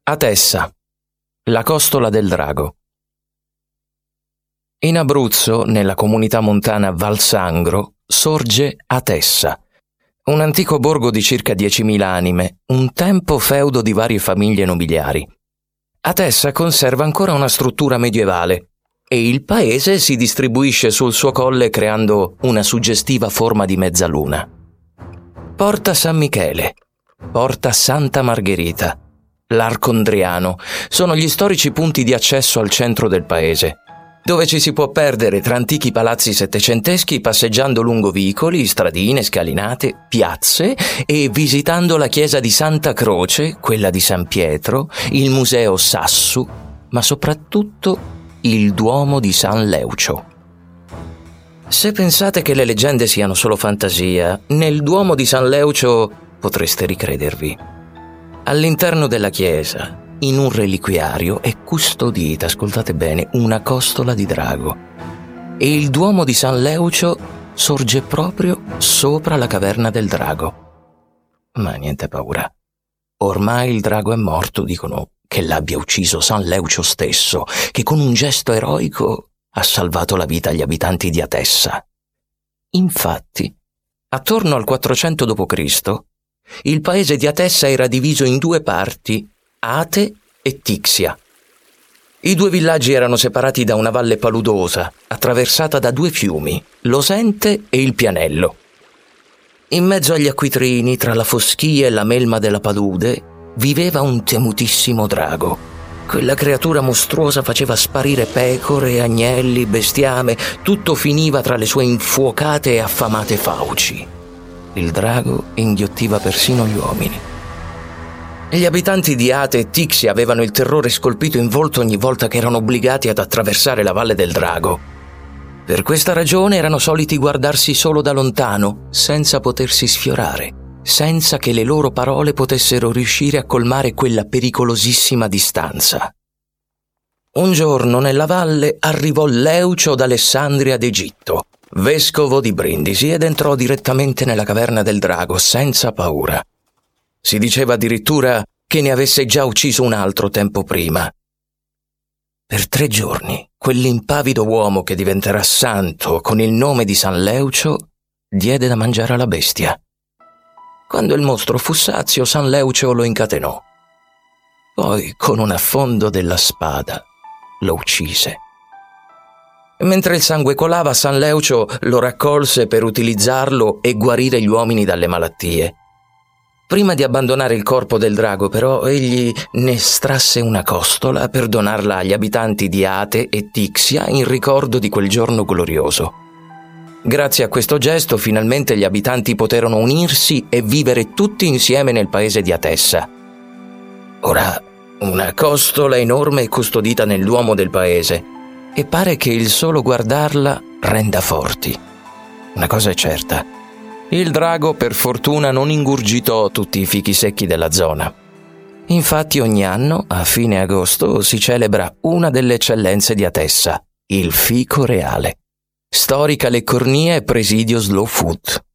Atessa, la costola del drago. In Abruzzo, nella comunità montana Val Sangro, sorge Atessa, un antico borgo di circa 10.000 anime, un tempo feudo di varie famiglie nobiliari. Atessa conserva ancora una struttura medievale e il paese si distribuisce sul suo colle creando una suggestiva forma di mezzaluna. Porta San Michele, Porta Santa Margherita, l'Arcondriano sono gli storici punti di accesso al centro del paese, dove ci si può perdere tra antichi palazzi settecenteschi passeggiando lungo vicoli, stradine, scalinate, piazze e visitando la chiesa di Santa Croce, quella di San Pietro, il museo Sassu, ma soprattutto il Duomo di San Leucio. Se pensate che le leggende siano solo fantasia, nel Duomo di San Leucio potreste ricredervi. All'interno della chiesa, in un reliquiario, è custodita, ascoltate bene, una costola di drago. E il Duomo di San Leucio sorge proprio sopra la caverna del drago. Ma niente paura. Ormai il drago è morto, dicono che l'abbia ucciso San Leucio stesso, che con un gesto eroico ha salvato la vita agli abitanti di Atessa. Infatti, attorno al 400 d.C., il paese di Atessa era diviso in due parti, Ate e Tixia. I due villaggi erano separati da una valle paludosa, attraversata da due fiumi, l'Osente e il Pianello. In mezzo agli acquitrini, tra la foschia e la melma della palude, viveva un temutissimo drago. Quella creatura mostruosa faceva sparire pecore, agnelli, bestiame, tutto finiva tra le sue infuocate e affamate fauci. Il drago inghiottiva persino gli uomini. Gli abitanti di Ate e Tixia avevano il terrore scolpito in volto ogni volta che erano obbligati ad attraversare la Valle del Drago. Per questa ragione erano soliti guardarsi solo da lontano, senza potersi sfiorare, senza che le loro parole potessero riuscire a colmare quella pericolosissima distanza. Un giorno nella valle arrivò Leucio d'Alessandria d'Egitto, vescovo di Brindisi, ed entrò direttamente nella caverna del drago senza paura. Si diceva addirittura che ne avesse già ucciso un altro tempo prima. Per 3 giorni, quell'impavido uomo che diventerà santo con il nome di San Leucio diede da mangiare alla bestia. Quando il mostro fu sazio, San Leucio lo incatenò. Poi, con un affondo della spada, lo uccise. Mentre il sangue colava, San Leucio lo raccolse per utilizzarlo e guarire gli uomini dalle malattie. Prima di abbandonare il corpo del drago, però, egli ne estrasse una costola per donarla agli abitanti di Ate e Tixia in ricordo di quel giorno glorioso. Grazie a questo gesto, finalmente gli abitanti poterono unirsi e vivere tutti insieme nel paese di Atessa. Ora, una costola enorme è custodita nel Duomo del paese e pare che il solo guardarla renda forti. Una cosa è certa: il drago per fortuna non ingurgitò tutti i fichi secchi della zona. Infatti ogni anno, a fine agosto, si celebra una delle eccellenze di Atessa, il fico reale. Storica leccornia e presidio slow food.